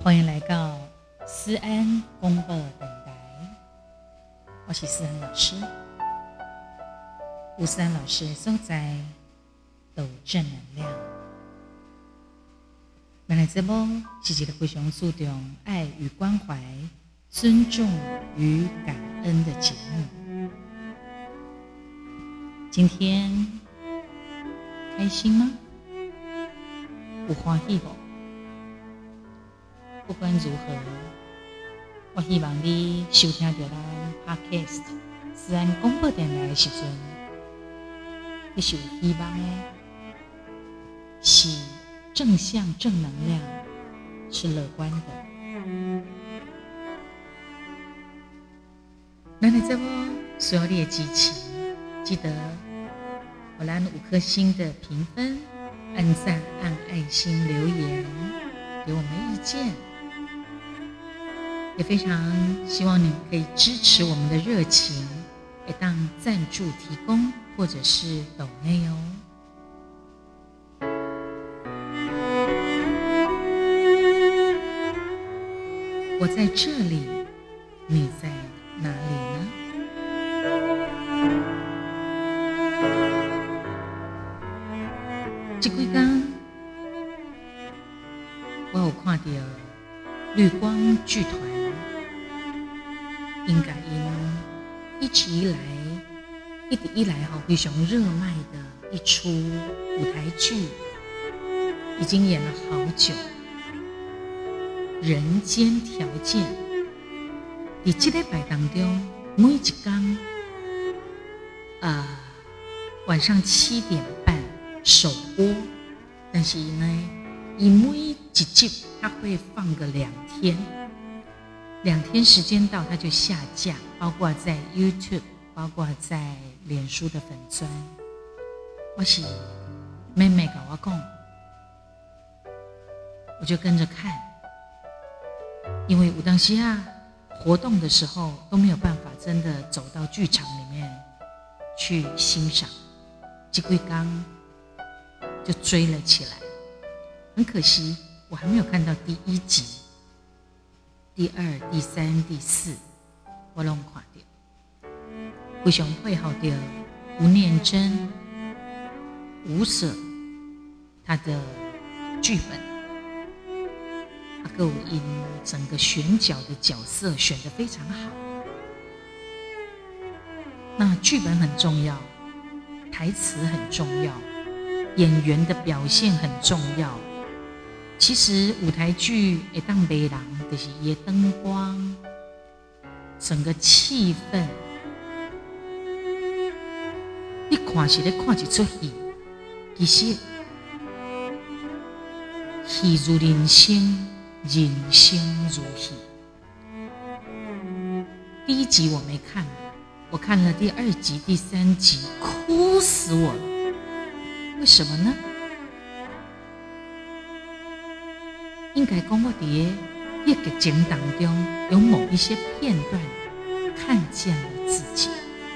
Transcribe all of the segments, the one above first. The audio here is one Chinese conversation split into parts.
欢迎来到思安公报电台，我是思安老师。有思安老师的所在，都有正能量。咱的节目是一个非常注重爱与关怀、尊重与感恩的节目。今天开心吗？有欢喜不？不管如何，我希望你收听到咱 Podcast 思安广播电台的时阵，你是有希望的，是正向正能量，是乐观的。咱的节目需要你的支持，记得给咱5颗星的评分，按赞、按爱心、留言，给我们意见。也非常希望你可以支持我们的热情，也当赞助提供或者是抖内哦。我在这里，你在哪里呢？这几天我有看到绿光剧团，应该一直以来非常热卖的一出舞台剧，已经演了好久。人间条件，在这个礼拜当中，每一天晚上7点半首播，但是呢，以每一集它会放个2天，2天时间到它就下架，包括在 YouTube， 包括在脸书的粉专。我是妹妹跟我讲，我就跟着看，因为有当时活动的时候都没有办法真的走到剧场里面去欣赏，这几天就追了起来。很可惜我还没有看到第1集、第2、第3、第4，我都看到。非常配合到吴念真、吴舍他的剧本，还有因整个选角的角色选得非常好。那剧本很重要，台词很重要，演员的表现很重要。其实舞台剧会当卖人，就是它的灯光，整个气氛。你看是在看一出戏，其实戏如人生，人生如戏。第1集我没看，我看了第2集、第3集，哭死我了。为什么呢？应该讲我在这个剧情当中有某一些片段看见了自己，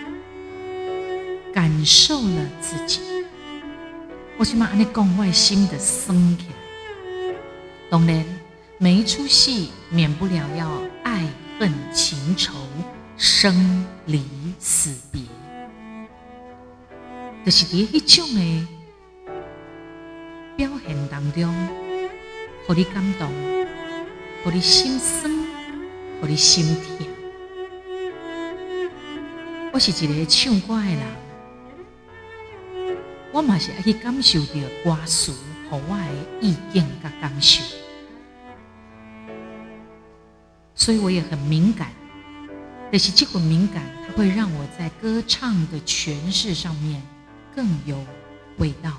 感受了自己。我现在这样讲，我的心就酸起来。当然每一出戏免不了要爱恨情仇、生离死别，就是在那种的表现当中，让你感动，让你心酸，让你心痛。我是一个唱歌的人，我嘛是要去感受到歌词给我的意见和感受，所以我也很敏感。但是这份敏感，它会让我在歌唱的诠释上面更有味道，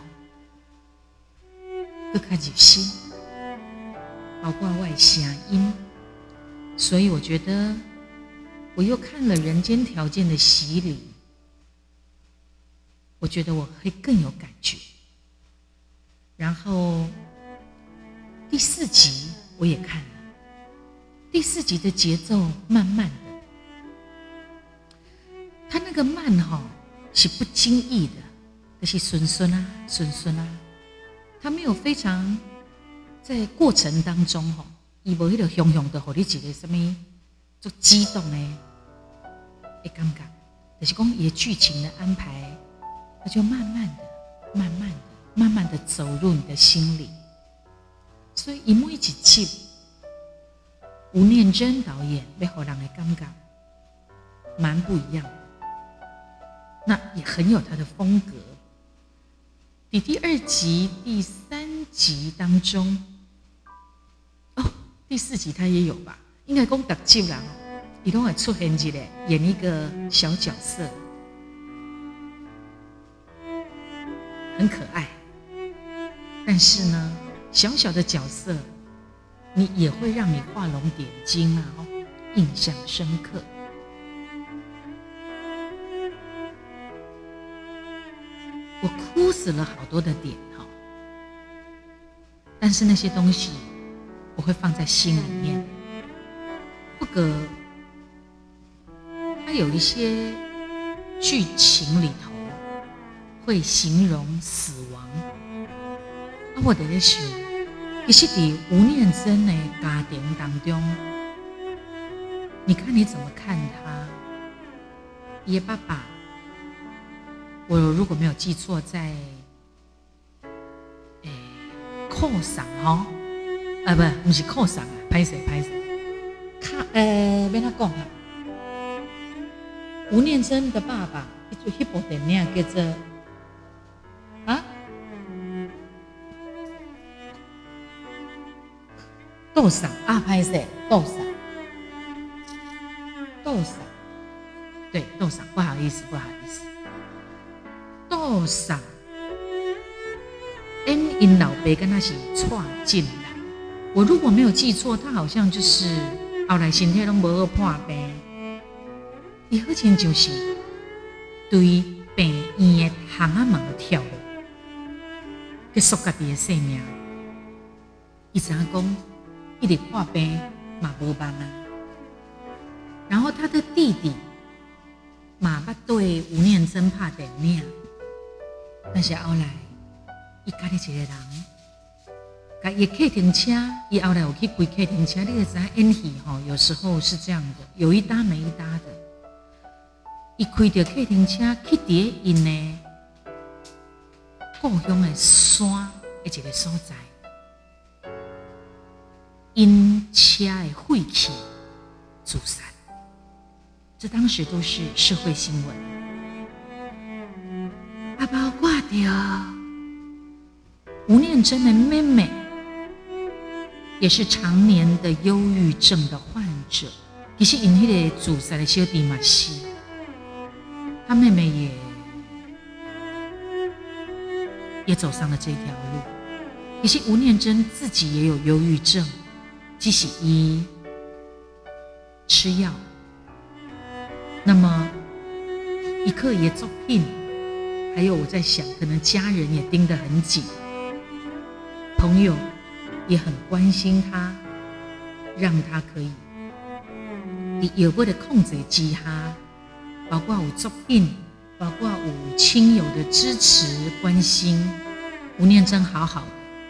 更加入心。包括我的声音，所以我觉得我又看了《人间条件》的洗礼，我觉得我会更有感觉。然后第4集我也看了，第4集的节奏慢慢的，它那个慢是不经意的，就是顺顺啊，它没有非常在过程当中伊无迄个雄雄的，互你一个什么足激动的感觉，就是讲伊的剧情的安排，它就慢慢的走入你的心里。所以，伊每一集，吴念真导演要互人的感觉蛮不一样的，那也很有他的风格。第二集、第3集当中，第4集他也有吧？应该讲特集啦，伊拢会出现一个演一个小角色，很可爱。但是呢，小小的角色，你也会让你画龙点睛啊，印象深刻。我哭死了好多的点哈，但是那些东西我会放在心里面。不过，它有一些剧情里头会形容死亡。我在咧想，其实在吴念真的家庭当中，你看你怎么看他？爷爸爸，我如果没有记错，在扣上哈，不是扣上啊，拍谁？要他讲哈，吴念真的爸爸，一部电影叫做斗赏啊，拍摄斗赏，对，斗赏，不好意思，斗赏，因老爸跟他是串进来。我如果没有记错，他好像就是后来身体拢无好破病，伊好像就是对病院的巷仔门跳落，结束家己的生命。伊知影讲，一直破病嘛无办啊。然后他的弟弟嘛捌对吴念真拍电影，但是后来伊家己一个人，甲伊客停车，伊后来有去开客停车。你会知影演戏吼，有时候是这样的，有一搭没一搭的。伊开着客停车去伫因的故乡的山的一个所在，因车的废气自杀。这当时都是社会新闻，包括着吴念真的妹妹，也是常年的忧郁症的患者。其实因迄个自杀的小弟嘛是，他妹妹也走上了这条路。其实吴念真自己也有忧郁症，只是伊吃药。那么一刻也作品，还有我在想，可能家人也盯得很紧，朋友也很关心他，让他可以在药物的控制之下，包括有作品，包括有亲友的支持关心，吴念真好好的，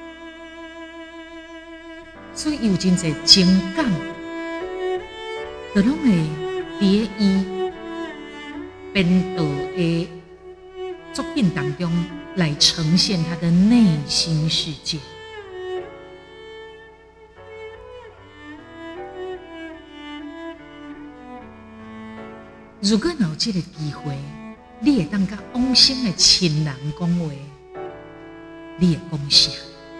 所以有真侪情感，就拢会伫伊编导的作品当中来呈现他的内心世界。如果有这个机会，你会当甲往生的亲人讲话，你会讲啥？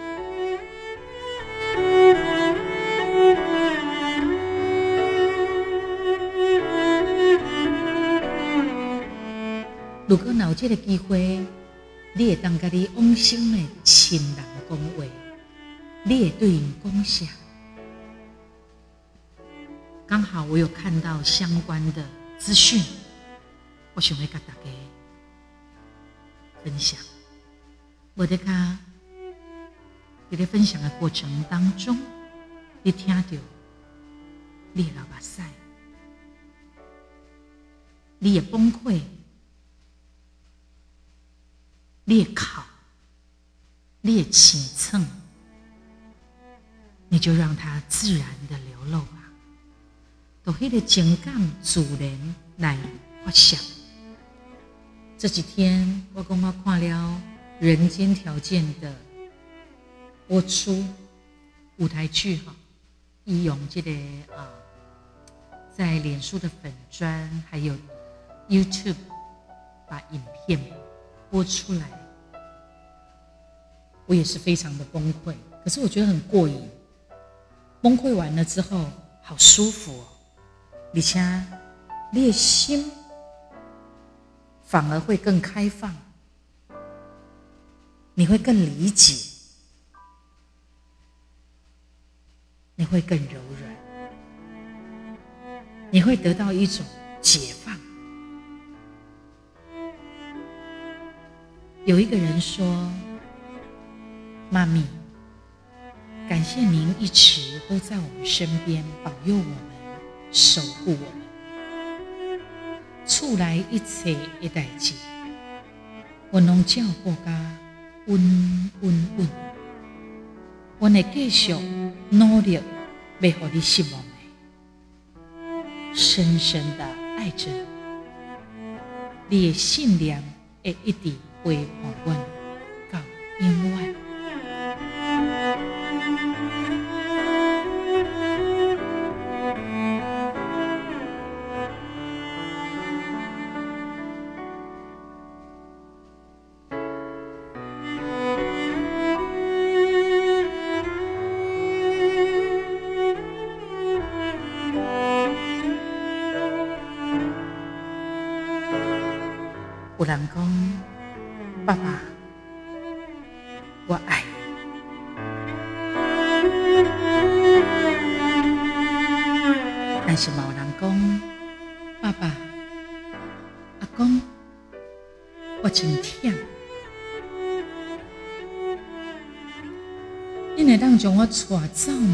如果有这个机会，你会当甲你往生的亲人讲话，你会对因讲啥？刚好我有看到相关的资讯，我想要跟大家分享。我在分享的过程当中，你听到你的流目屎，你的崩溃，你的哭，你的凄惨， 你就让它自然的流露吧，都迄个情感自然来发想。这几天我看了《人间条件》的播出舞台剧哈，伊用这个在脸书的粉专还有 YouTube 把影片播出来，我也是非常的崩溃，可是我觉得很过瘾。崩溃完了之后，好舒服哦，而且你的心反而会更开放，你会更理解，你会更柔软，你会得到一种解放。有一个人说：“妈咪，感谢您一直都在我们身边，保佑我们，守护我们。厝内一切的代志，我拢照顾甲稳。我会继续努力，袂互你失望的，深深的爱着你。你的信念会一直陪伴阮到永远。”有人讲，爸爸，我爱你。但是嘛有人讲，爸爸、阿公，我真忝。你会当将我带走吗？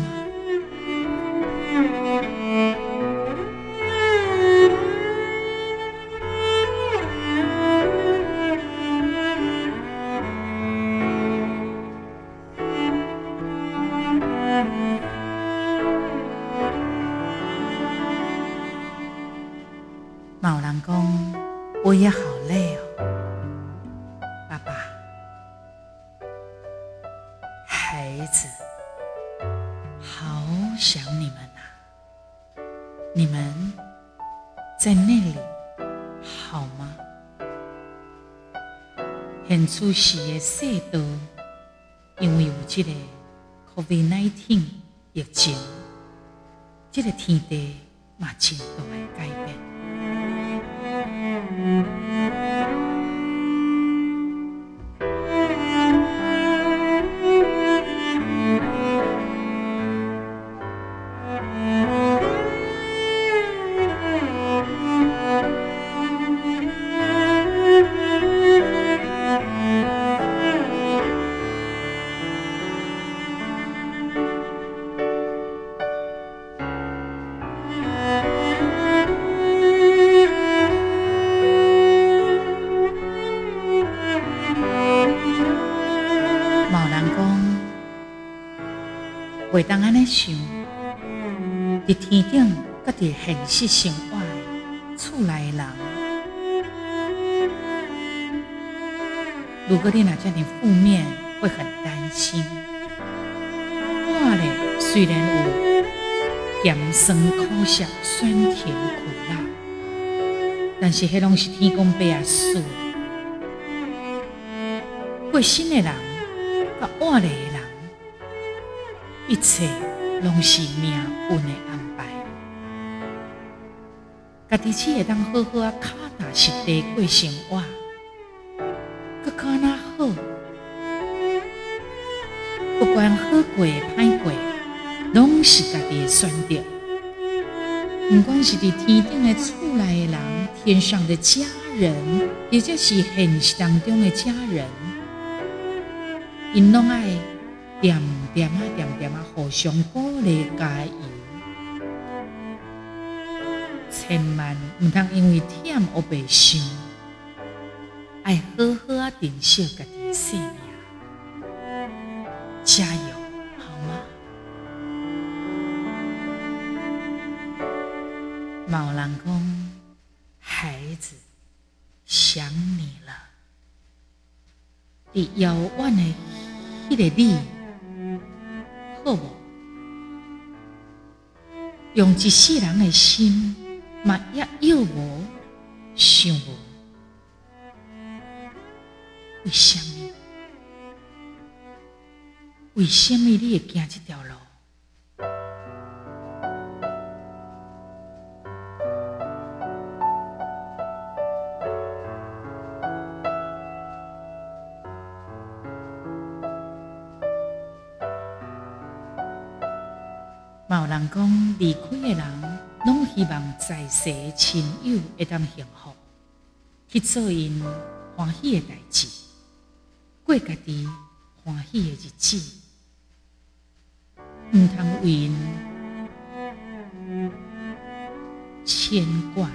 嘛有人讲，我也好累哦，爸爸，孩子，好想你们啊！你们在那里好吗？现此时的世道，因为有这个 COVID-19 疫情，这个天地嘛真大的改变。袂当安尼想，伫天顶甲伫现实生活的厝内的人，如果你若这样负面，会很担心。我咧虽然有咸酸苦涩、酸甜苦辣，但是迄拢是天公伯啊赐。过身的人，甲活咧的人。一切拢是命运的安排，家己只会当好好啊脚踏实地过生活，搁较哪好？不管好过歹过，拢是家己的选择。不管是伫天顶的厝内的人，天上的家人，或者是现实当中的家人，因拢爱。点点啊，互相鼓励加油，千万唔通因为忝而白想，爱好好啊珍惜家己生命，加油，好吗？ 嘛有人讲，孩子想你了。伫遥远的迄个你，好无？用一世人的心，嘛也要无想无。为什么？为什么你会行这条路？嘛有人讲，离开的人，拢希望在世的亲友会当幸福，去做因欢喜的代志，过家己欢喜的日子，唔通为因牵挂，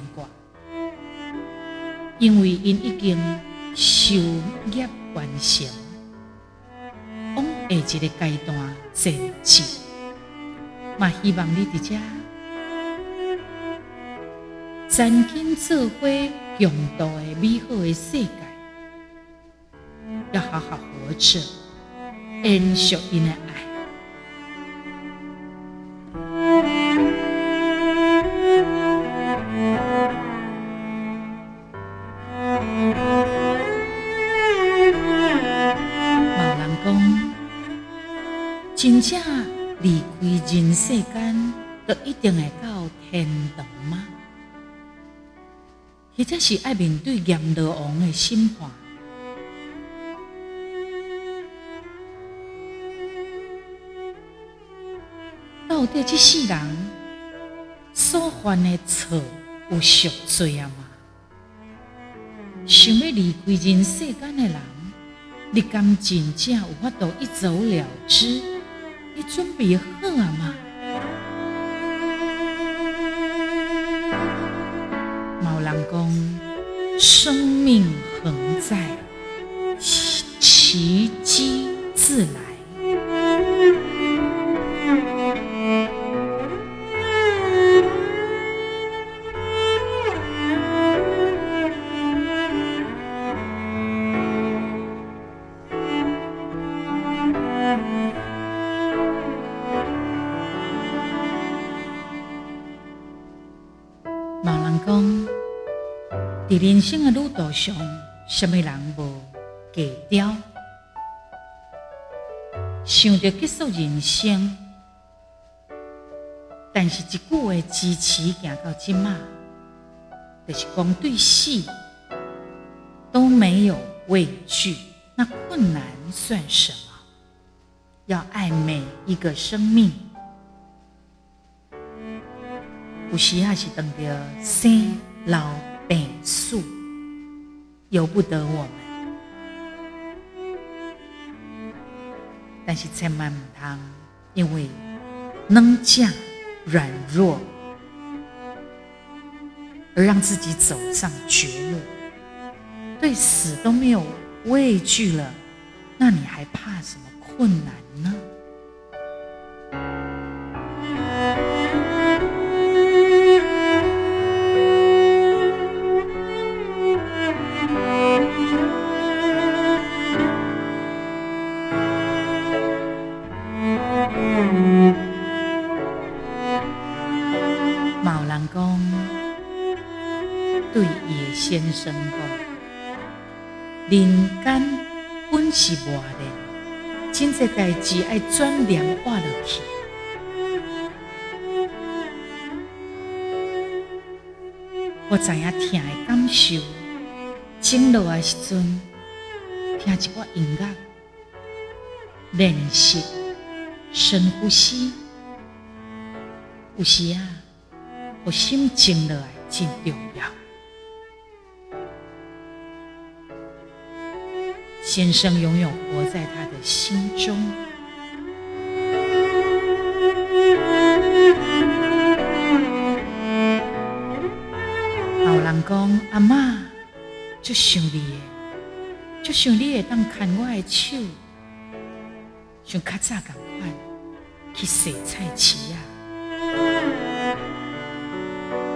因为因已经修业完成，往下一个阶段前进。嘛希望你伫遮曾经做伙共度的美好的世界，要好好活着，延续因的爱。嘛有人讲，真正离开人世间，就一定会到天堂吗？或者是爱面对阎罗王的审判？到底这世人所犯的错有赎罪啊吗？想要离开人世间的人，你敢真正有法度一走了之？你准备好啊吗？嘛有人讲，生命恒在，奇迹自来。嘛有人讲，在人生的路途上，什么人无假雕？想着结束人生，但是一句话支持行到即马，就是讲对死都没有畏惧，那困难算什么？要爱每一个生命。有时也是等着生老病死，由不得我们。但是千万唔通因为能犟软弱，而让自己走上绝路。对死都没有畏惧了，那你还怕什么困难呢？嘛有人讲，对伊的先生讲，人间本是磨练，真侪代志爱转念活落去。我知影疼的感受，静落的时阵，听一挂音乐，练习深呼吸。有时啊，互心静落来真重要。先生永远活在他的心中。有人讲，阿嬷足想你的，足想你会当牵我的手，像较早同款去洗菜市啊。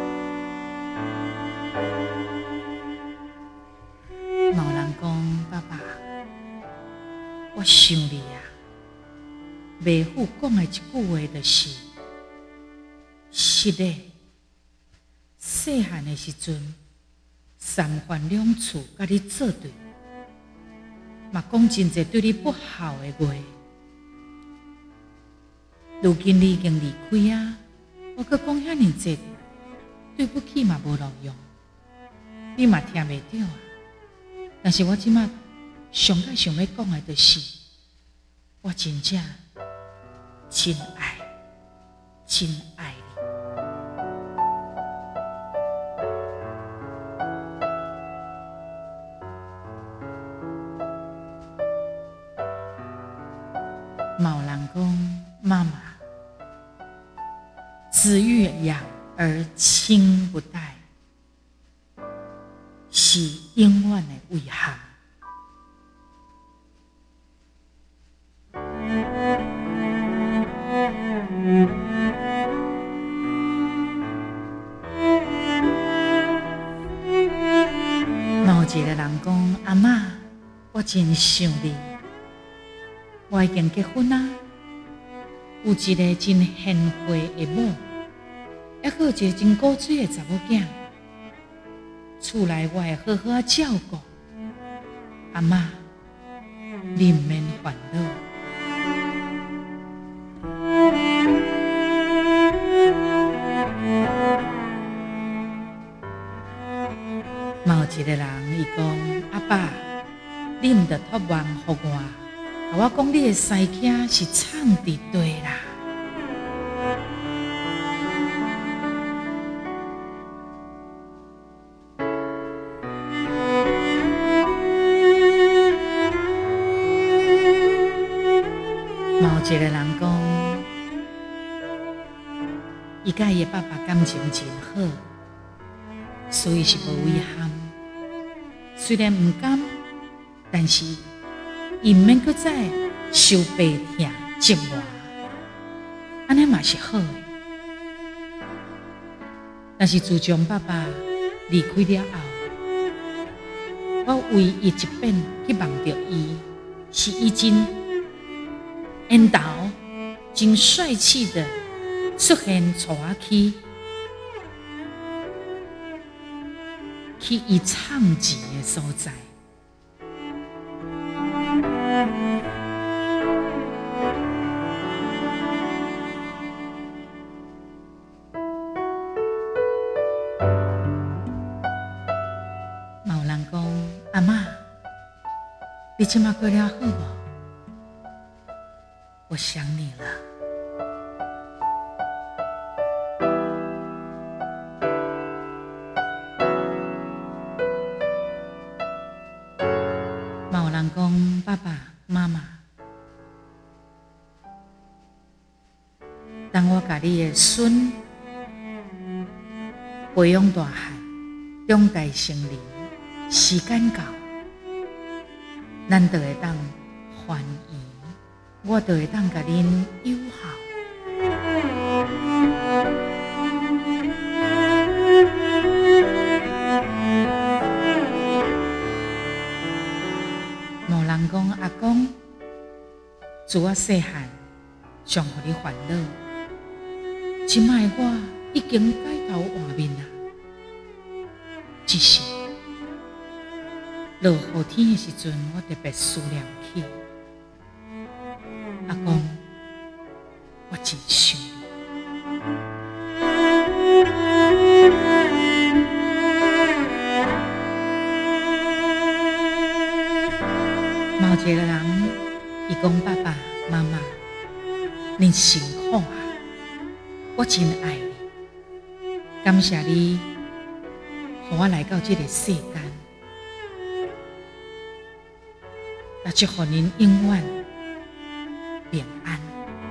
妈父讲的一句话，就是是的。细汉的时阵，三番两次甲你作对，嘛讲真侪对你不好的话。如今你已经离开啊，我阁讲遐尼侪，对不起嘛无路用，你嘛听袂到啊。但是我即马上解想要讲的，就是我真正真爱，真爱你。嘛有人讲，妈妈子欲养而亲不待，是永远的遗憾。嘛有一个人讲，阿嬷，我真想你。我已经结婚啊，有一个真贤惠的某，还有一个真古锥的查某囝。厝内我会好好照顾。阿嬷，你唔免烦恼。嘛有一个人，伊讲阿爸，你唔得托梦互我。甲我讲，你的生囝是唱伫对啦。嘛有一个人讲，伊甲伊的爸爸感情真好，所以是无遗憾。虽然唔甘，但是伊毋免搁再受白疼折磨，安尼嘛是好的。但是自从爸爸离开了后，我唯一一遍去梦到伊，是伊真缘投、真帅气的出现带我去伊唱钱的所在。阿嬷，你今嘛过了好不？我想你了。嘛有人讲，爸爸妈妈，当我甲你的孙培养大汉，长大成人。时间到，咱就会当还原，我就会当甲恁友好。无人讲阿公，自我细汉常互你烦恼，即摆我已经改头换面啦，只是。落雨天的时阵，我特别思念起阿公，我真想你。嘛有一个人，伊讲爸爸妈妈，你辛苦啊，我真爱你，感谢你，互我来到这个世间。也祝福您永远平安。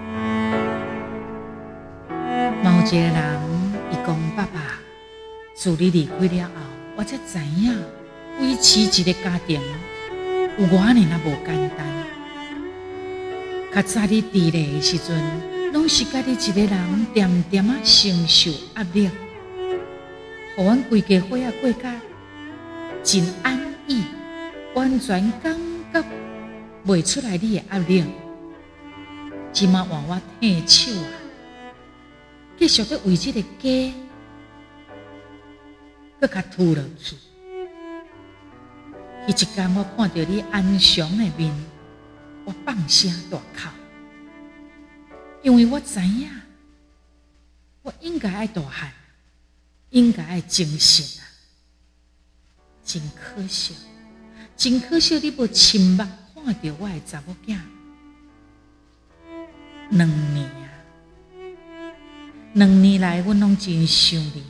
嘛有一个人，伊讲爸爸，自你离开了后，我才知影维持一个家庭有偌尼啊无简单。较早你伫咧的时阵，拢是家己一个人点点啊承受压力，互阮规家伙仔过甲真安逸，完全感觉袂出来你的压力。 即马换我褪手啊，继续在为这个家，搁较吐落去。迄一天，我看到你安详的面，我放声大哭，因为我知影，我应该爱大汉，应该爱精神啊，真可惜，真可惜，你无亲目看到我的查某囝2年啊，2年来，阮拢真想你，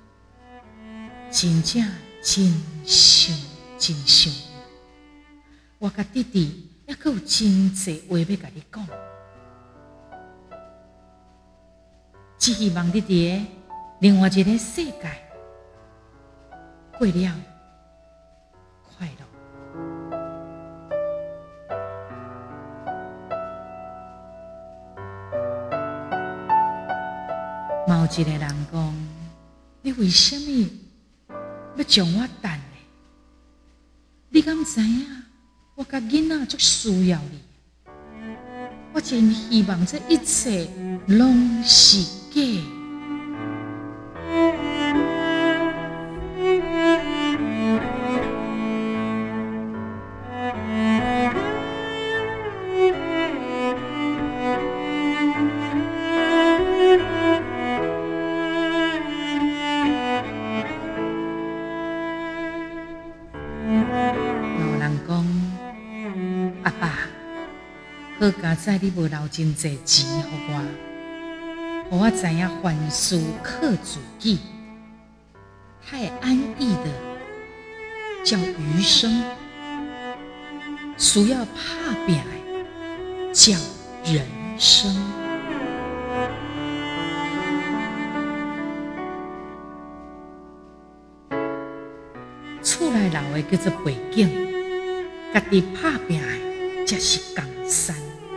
真正真想。真想你，我甲弟弟还阁有真侪话要甲你讲，只希望你伫另外一个世界过了快乐。嘛有一个人讲，你为什么要将我等？你敢知影？我甲囡仔足需要你，我真希望这一切拢是假。好佳哉，你无留真济钱予我，互我知影凡事靠自己，太安逸的叫余生，需要打拼的叫人生。厝内留的叫做背景，家己打拼的才是江山。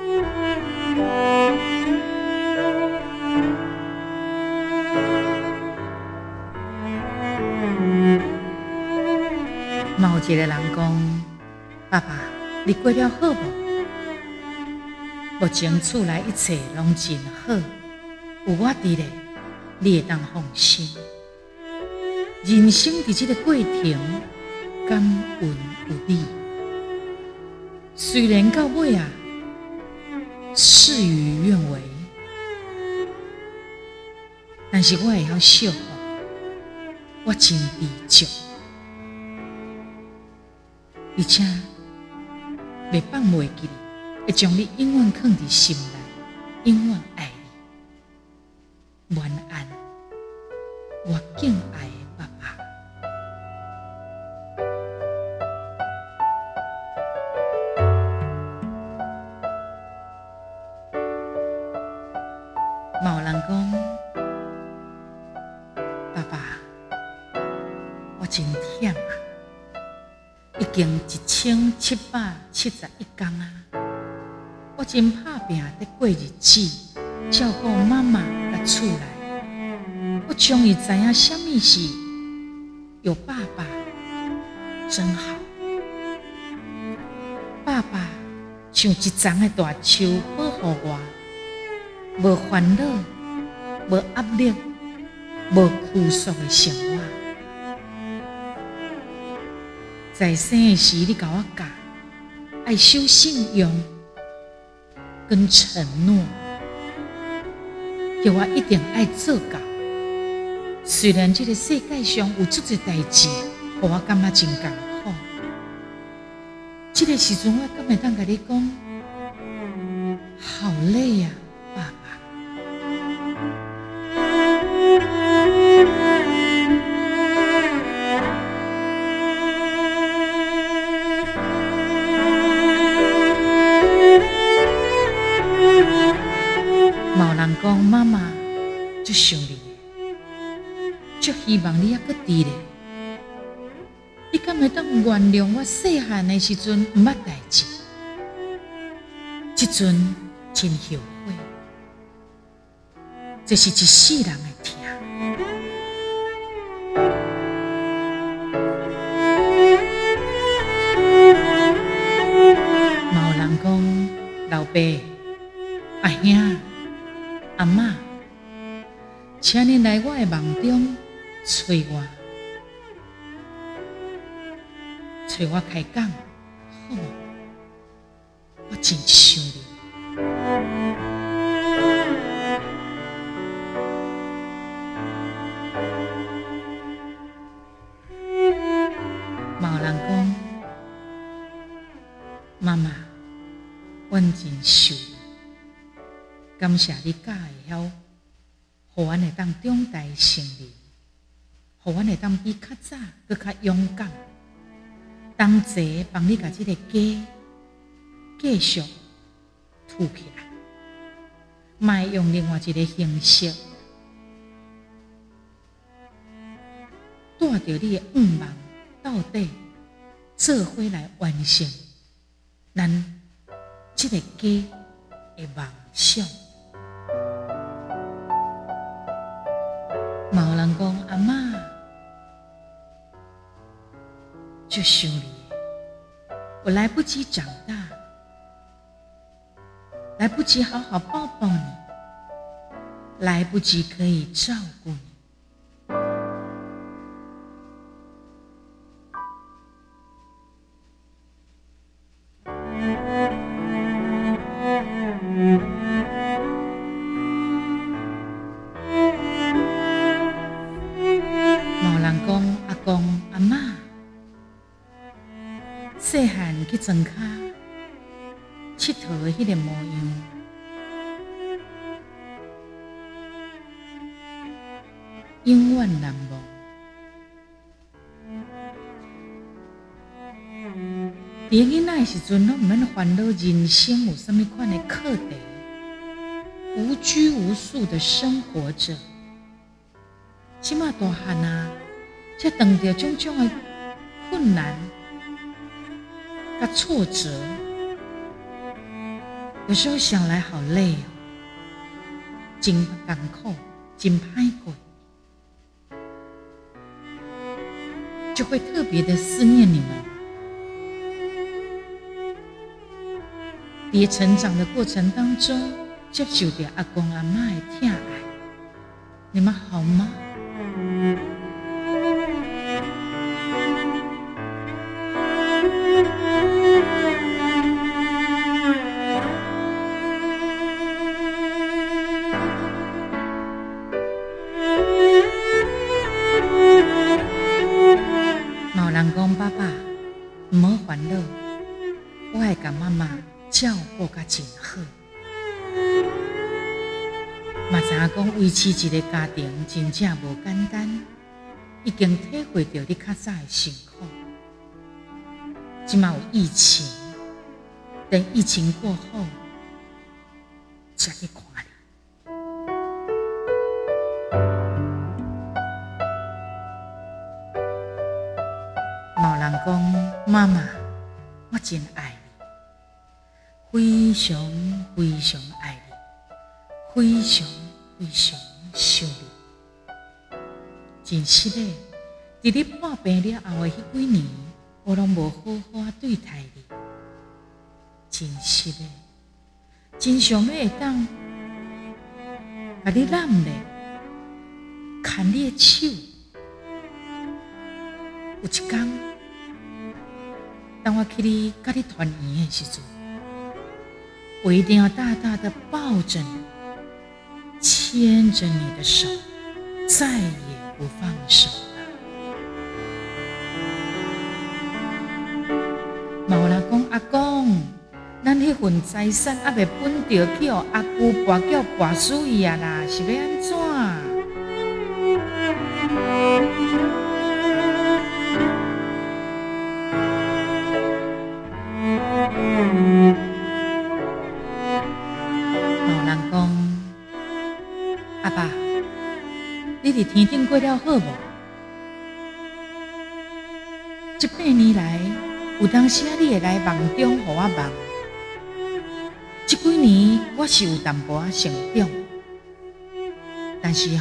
嘛有一个人讲：“爸爸，你过了好无？目前厝内一切拢真好，有我伫咧，你会当放心。人生伫这个过程，感恩有你。虽然到尾啊，事与愿违，但是我会晓惜福，我真知足。”而且袂放袂记你，会将你永远藏伫心内，永远爱你。晚安，我敬爱的爸爸。嘛有人讲，爸爸，我真忝啊！已经1771天啊！我真打拼在过日子，照顾妈妈甲厝内。我终于知影什么是有爸爸真好。爸爸像一丛的大树，保护我，无烦恼，无压力，无拘束的生活。在生的时，你甲我教，爱守信用跟承诺，叫我一定爱做到。虽然这个世界上有足多代志，互我感觉真艰苦，这个时阵我敢会当甲你讲，好累呀，爸爸。嘛有人讲妈妈足想你，足希望你还阁伫咧。你敢会当原谅我细汉的时阵毋捌代志？即阵真后悔，这是一世人的痛。嘛有人讲老爸。啊， 找我开讲，好无？我真想你。嘛有人讲，妈妈，阮真想你，感谢你教会晓，互阮会当长大成人，互阮会当比较早搁较勇敢，同齐帮你甲这个家继续凸起来，莫用另外一个形式带着你的愿望，到底做伙来完成咱这个家的梦想。嘛有人讲，阿嬷就想你，我来不及长大，来不及好好抱抱你，来不及可以照顾你。嘛有人讲，阿公阿嬷细汉去庄脚佚佗的迄个模样，永远难忘。伫囡仔的时阵，拢毋免烦恼人生有啥物款的课题，无拘无束的生活着。即马大汉啊，才碰到种种的困难、甲挫折，有时候想来好累哦，真艰苦，真歹过，就会特别的思念你们。在成长的过程当中，接受到阿公阿嬷的疼爱，你们好吗？嘛有人讲，爸爸唔好烦恼，我会甲妈妈照顾甲真好。嘛知影讲维持一个家庭真正无简单，已经体会到你较早的辛苦。即马有疫情，等疫情过后，才去看你。嘛有人讲，妈妈，我真爱你，非常非常爱你。非常非常想你，真实的，伫你破病了后的迄几年，我拢无好好对待你。真实的，真想要会当把你揽咧，牵你的手。有一天，当我去你甲你团圆的时阵，我一定要大大的抱着你。牵着你的手，再也不放手了。嘛有人讲，阿公，咱迄份财产还未分着去，互阿舅跋叫跋死伊啊啦，是要安怎？嘛有人讲。阿爸，你伫天顶过了好无？这8年来，有当时你会来梦中互我梦。这几年我是有淡薄仔成长，但是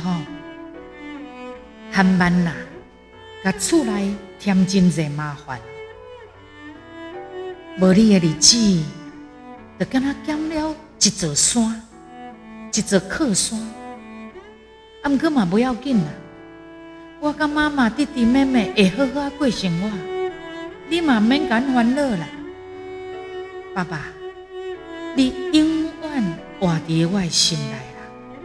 含慢啦，甲厝内添真侪麻烦。无你的日子，就敢若减了一座山，一座靠山。毋过嘛不要紧啦，我甲妈妈、弟弟、妹妹会好好过生活。 你嘛免感烦恼啦。爸爸，你永远活伫我的心内啦。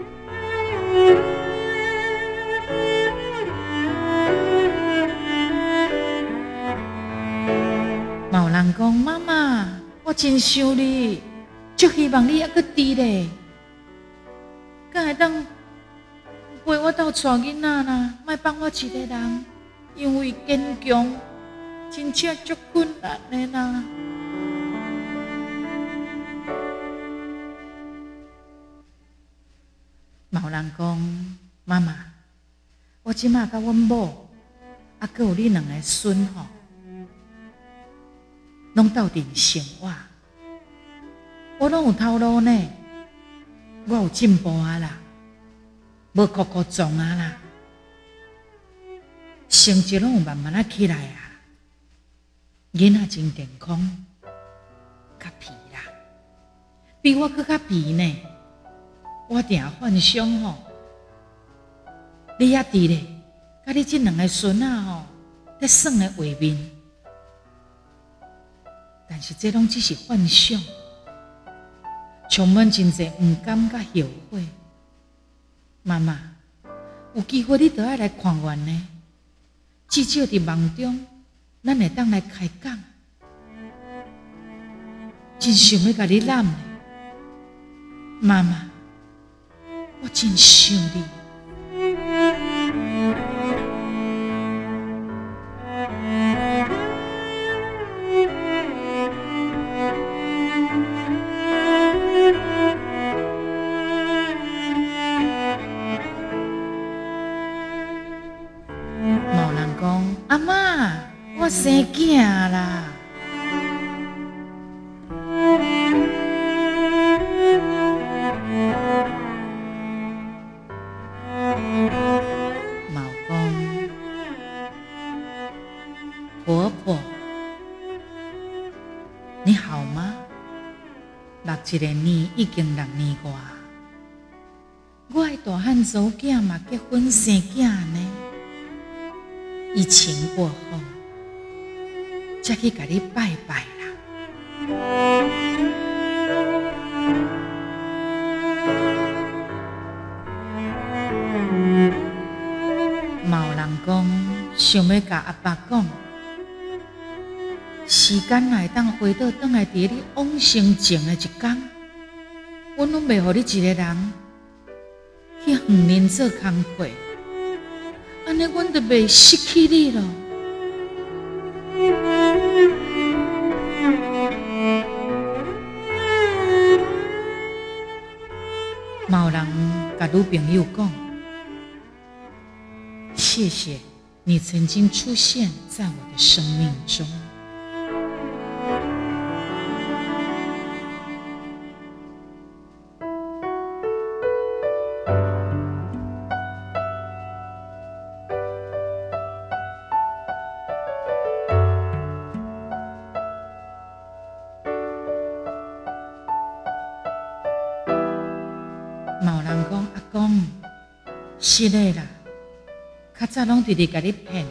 嘛有人讲，妈妈，我真想你，足希望你还阁伫咧，敢会当陪我斗带囡仔啦，莫放我一个人，因为坚强真正足困难的啦。嘛有人讲，妈妈，我即马甲阮某，还阁有你两个孙吼，拢斗阵生活，我拢有头路呢，我有进步啊啦，无哭哭撞啊啦，成绩拢有慢慢起来啊，囡仔真健康，较皮啦，比我搁较皮呢。我定幻想吼，你也伫咧，甲你这两个孙仔吼，在耍的画面，但是这拢只是幻想，充满真侪不甘甲后悔。妈妈，有机会你都要来看阮呢，至少伫梦中，咱会当来开讲，真想要甲你揽呢，妈妈。我真想你。嘛有人讲，阿嬷，我生囝啦。婆婆，你好吗？61个年已经6年外，我的大汉祖囝嘛结婚生囝呢。疫情过后，才去甲你拜拜啦。嘛有人讲，想要甲阿爸讲。时间来当回到转来，伫你往生前的一天，阮拢袂互你一个人去远面做工课，安尼阮就袂失去你咯。嘛有人甲女朋友讲，谢谢你曾经出现在我的生命中。嘛有人讲，阿公，是的啦，较早拢直直甲你骗。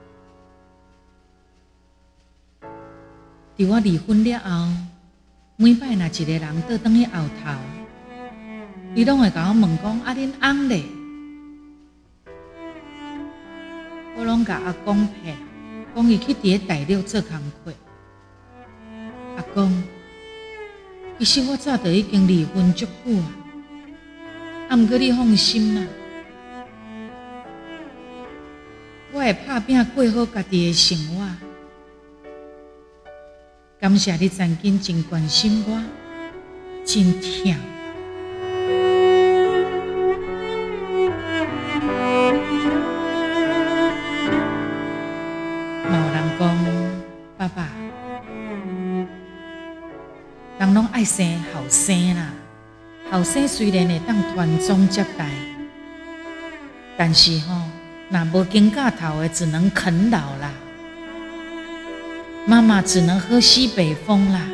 伫我离婚了后，每摆若一个人倒转去后头，伊拢会甲我问讲，啊，恁翁咧？我拢甲阿公骗，讲伊去伫咧大陆做工课。阿公，其实我早就已经离婚足久啊。啊，毋过你放心啦，我会拍拼过好家己的生活。感谢你曾经真关心我，真疼。嘛有人讲，爸爸，人拢爱生后生啦。后生虽然会当传宗接代，但是若无经过头的，只能啃老啦。妈妈只能喝西北风啦。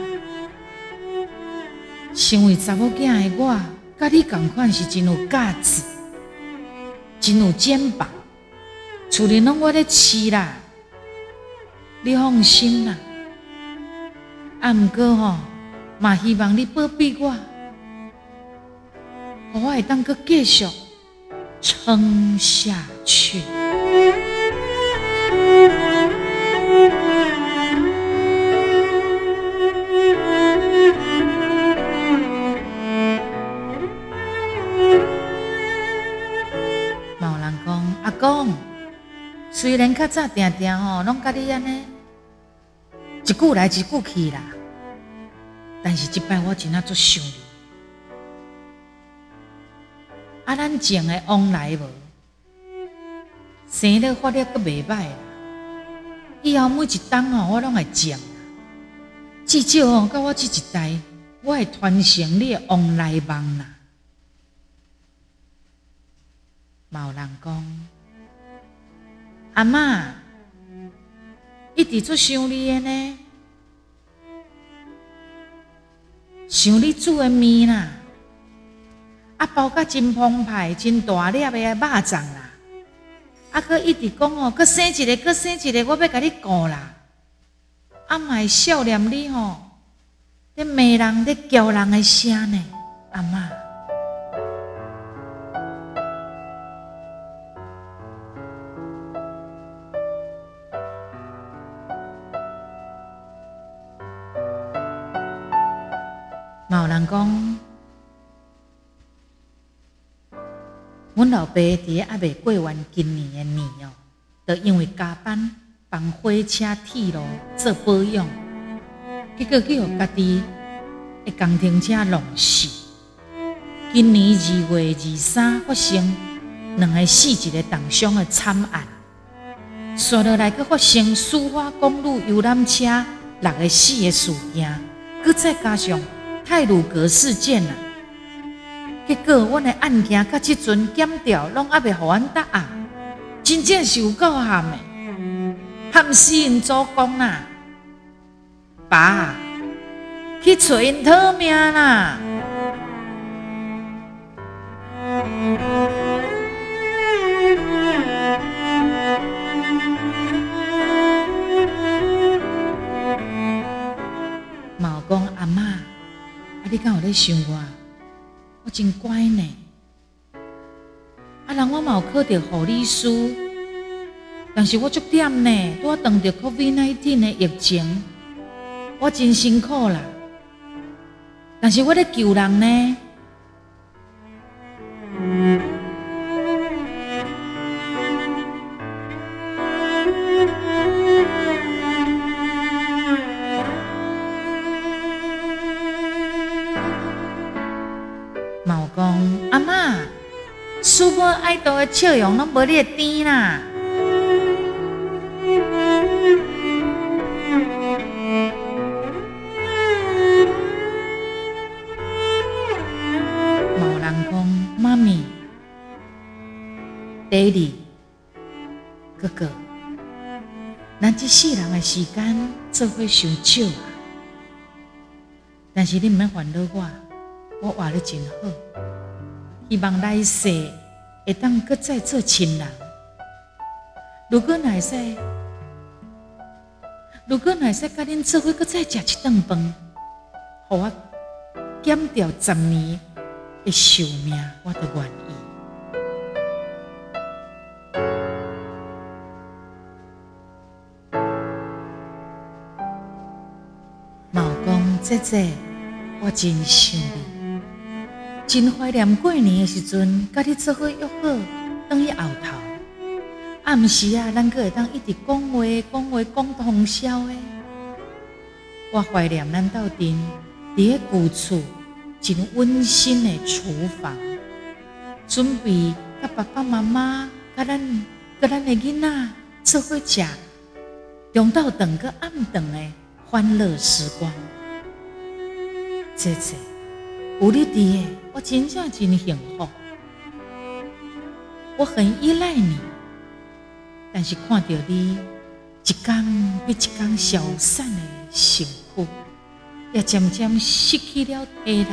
身为查某囝的我，甲你同款是真有价值，真有肩膀，厝里拢我咧饲啦。 你放心啦。啊，毋过吼，嘛希望你保庇我，互我会当阁继续撑下去。嘛有人讲，阿公，虽然较早定定吼，拢甲你安尼一句来一句去啦，但是即摆我真正足想你。啊，咱前的往来无，生了发了阁袂歹啦。以后每一冬吼，我拢会种啦。至少吼，到我这一代，我会传承你的往来梦啦。嘛有人讲，阿嬷一直足想你的呢，想你煮的面啦，啊包甲真澎湃、真大粒的肉粽啦，啊佮一直讲哦，佮生一个，佮生一个，我要甲你顾啦，啊嘛会笑念你吼，咧骂人、咧叫人的声呢，阿嬷。嘛有人讲，阮老爸伫咧还未过完今年的年哦，就因为加班帮火车铁路做保养，结果去互家己的工程车弄死。今年2月23发生2个死1个重伤的惨案，续落来佫发生苏花公路游览车6个死的事件，佫再加上太鲁阁事件啦，结果阮的案件到即阵检调拢还未互阮答案，真正是有够憾的，憾死因祖公啦！爸，去找因讨命啦！嘛有讲阿嬷。你敢有咧想我？我真乖呢。啊，人我嘛有考到护理师，但是我足点呢，拄拄着 COVID-19 的疫情，我真辛苦啦。但是我咧救人呢。嘛有讲阿嬷，书本爱读的笑容拢无你的甜啦。嘛有人讲妈咪、爹哋、哥哥，咱这世人的时间做伙伤少啊。但是你唔免烦恼我活得真好，希望来世会当搁再做亲人。如果乃使甲恁做伙搁再食一顿饭，互我减掉10年的寿命，我都愿意。嘛有讲姐姐，我真想你。真怀念过年的时阵，甲你做伙约好，等于后头。暗时啊，咱阁会当一直讲话讲通宵的。我怀念咱斗阵伫咧旧厝真温馨的厨房，准备甲爸爸妈妈、甲咱的囡仔做伙食中昼顿佮暗顿的欢乐时光。姐姐，有你伫的，我真正真幸福。我很依赖你，但是看到你一天比一天消散的幸福，也渐渐失去了体力。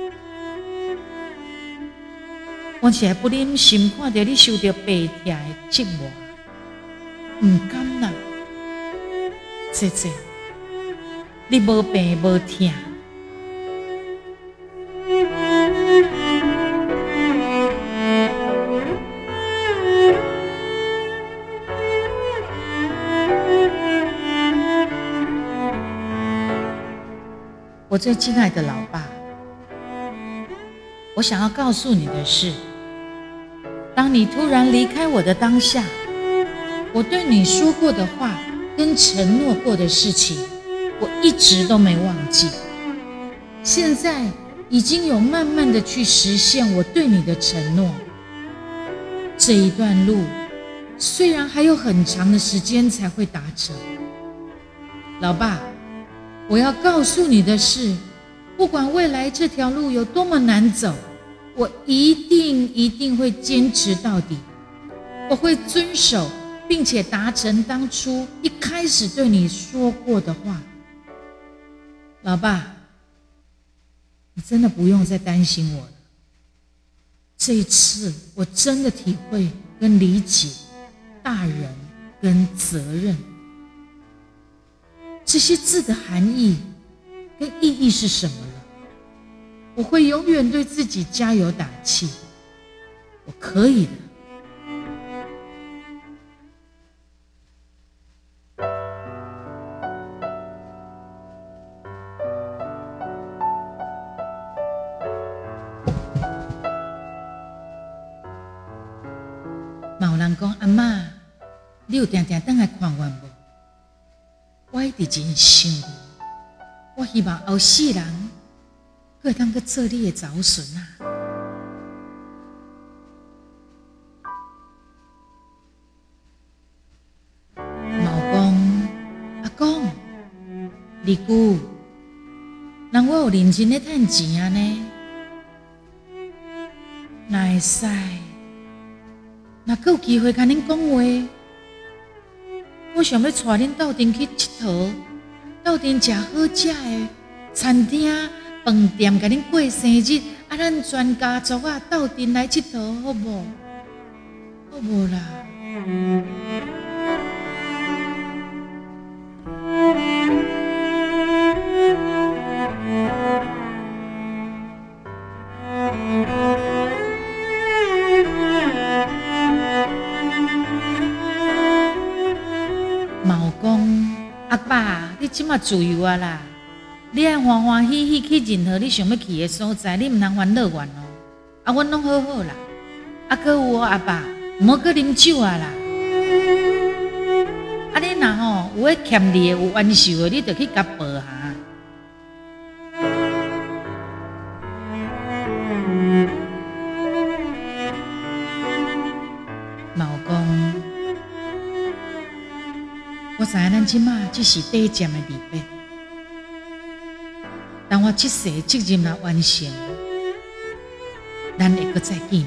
我实在不忍心看到你受到白痛的折磨，唔甘啦。 谢谢，你无病无痛。我最亲爱的老爸，我想要告诉你的是，当你突然离开我的当下，我对你说过的话跟承诺过的事情，我一直都没忘记。现在已经有慢慢的去实现我对你的承诺。这一段路虽然还有很长的时间才会达成，老爸，我要告诉你的是，不管未来这条路有多么难走，我一定会坚持到底。我会遵守并且达成当初一开始对你说过的话。老爸，你真的不用再担心我了。这一次我真的体会跟理解大人跟责任这些字的含义跟意义是什么了。我会永远对自己加油打气，我可以的。嘛有人讲，阿嬷，你有定定回来看我无？我一直真想你，我希望后世人还会当去做你的祖孙啊！嘛有讲，阿公，二姑，人我有认真咧趁钱啊呢，哪会使？若还有机会甲恁讲话，我想要带恁斗阵去佚佗，斗阵食好食的餐厅、饭店，甲恁过生日，啊，咱全家族啊斗阵来佚佗，好无？好无啦？嘛有讲，阿爸，你即马自由啊啦！你爱欢欢喜喜去任何你想要去的所在，你毋通烦乐玩哦。啊，阮拢好好啦。啊，搁有哦，阿爸，毋好搁啉酒啊啦。啊，你若吼有迄欠你的、有冤仇的，你着去甲报下。嘛有讲，我知影咱即马只是短暂的离别。当我这世责任若完成，咱会搁再见面。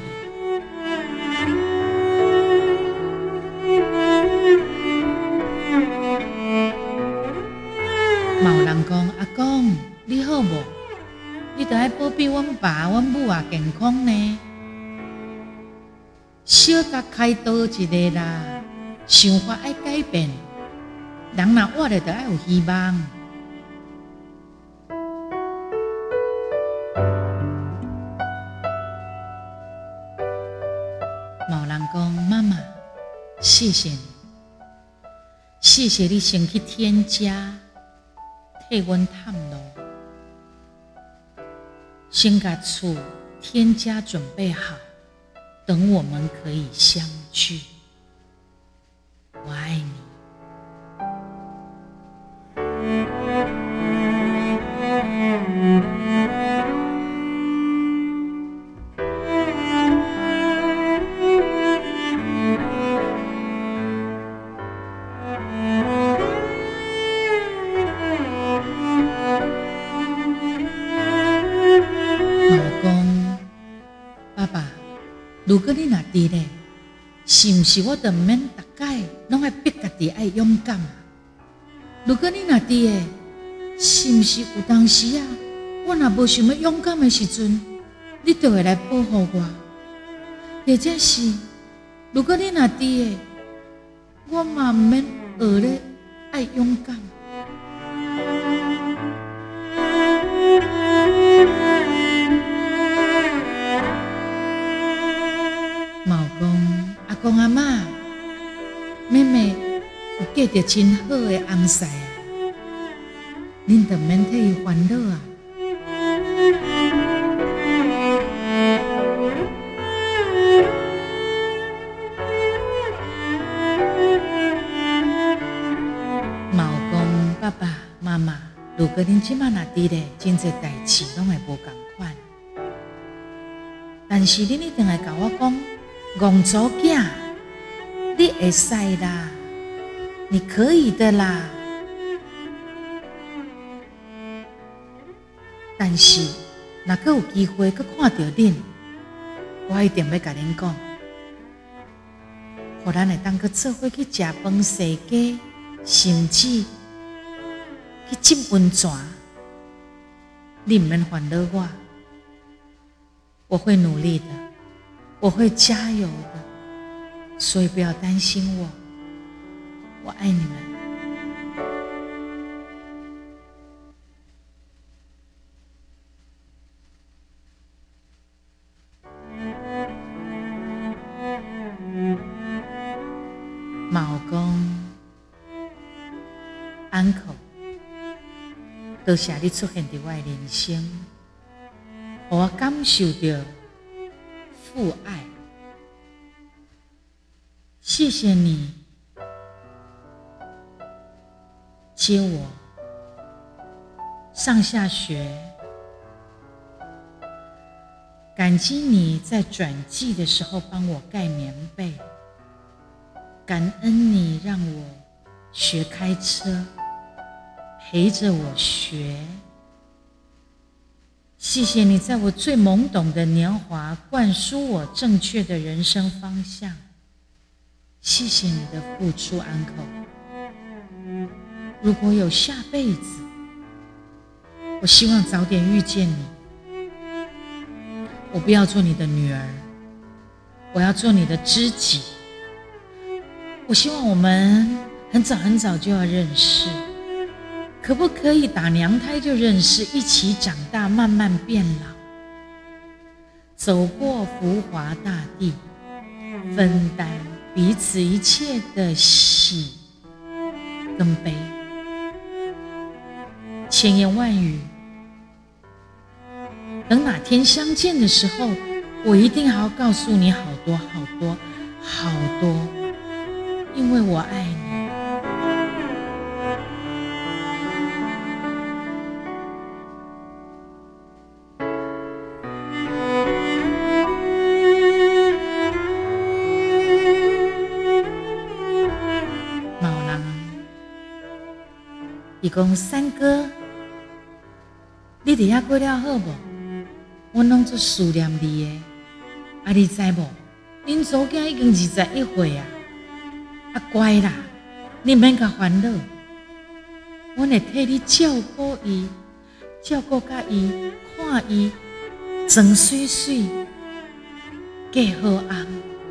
嘛有人讲，阿公，你好无？你着爱保庇阮爸、阮母啊健康呢。小甲开导一个啦，想法爱改变，人若活着着爱有希望。嘛有人讲，妈妈，谢谢你，谢谢你先去添加，替阮探路，先把厝添加准备好，等我们可以相聚。我爱你。老公，爸爸，如果你若伫咧，是毋是我着毋免逐摆拢爱逼家己爱勇敢啊？如果你若伫咧，是毋是有当时啊，我若无想要勇敢的时阵，你就会来保护我？或者是，如果你若伫咧，我嘛毋免学咧爱勇敢。 到真好的翁婿啊，恁就免替伊烦恼啊。嘛有讲爸爸妈妈，如果恁即马若伫咧，真侪代志拢会无共款。但是恁一定会甲我讲，戆祖囝，你会使啦，你可以的啦。但是，若阁有机会阁看到恁，我一定要甲恁讲，互咱会当阁做伙去食饭、踅街，甚至去浸温泉。你毋免烦恼我会努力的，我会加油的，所以不要担心我，我爱你们。嘛有讲 uncle， 多谢你出现在我的人生，让我感受到父爱。谢谢你接我上下学，感激你在转季的时候帮我盖棉被，感恩你让我学开车，陪着我学。谢谢你在我最懵懂的年华灌输我正确的人生方向。谢谢你的付出 ，uncle。如果有下辈子，我希望早点遇见你。我不要做你的女儿，我要做你的知己。我希望我们很早很早就要认识，可不可以打娘胎就认识，一起长大，慢慢变老，走过浮华大地，分担彼此一切的喜跟悲。千言万语，等哪天相见的时候，我一定还要告诉你好多好多好多，因为我爱你。伊讲三哥，你伫遐过了好无？我拢做思念你的。啊，你知无？恁祖囝已经21岁啊，啊乖啦，你免甲烦恼，我会替你照顾伊，照顾甲伊，看伊装水水，嫁好翁。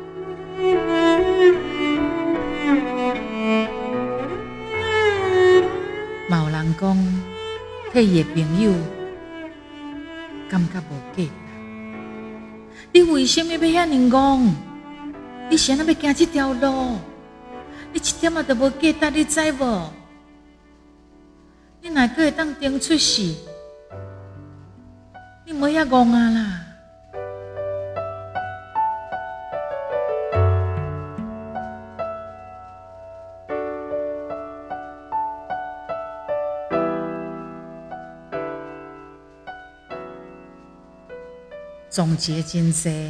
嘛有人讲，替伊的朋友感觉无价值。你为什么要遐尼戆？你是安怎要行这条路？你一点仔都无价值，你知无？你哪个会当顶出世？你莫遐戆啊啦！总结真多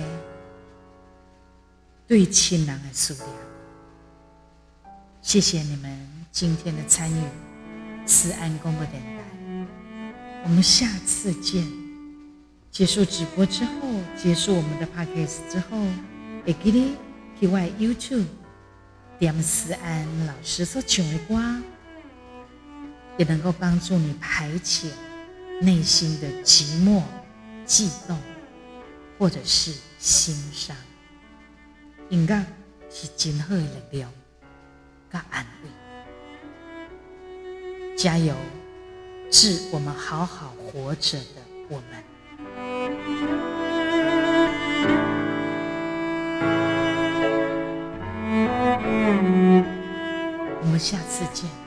对亲人的思念，谢谢你们今天的参与，慈安广播电台，我们下次见。结束直播之后，结束我们的 podcast 之后，会记得去我的 YouTube 点慈安老师所唱的歌，也能够帮助你排遣内心的寂寞、悸动，或者是心伤。音乐是真好的力量，跟安慰。加油，致我们好好活着的我们。我们们下次见。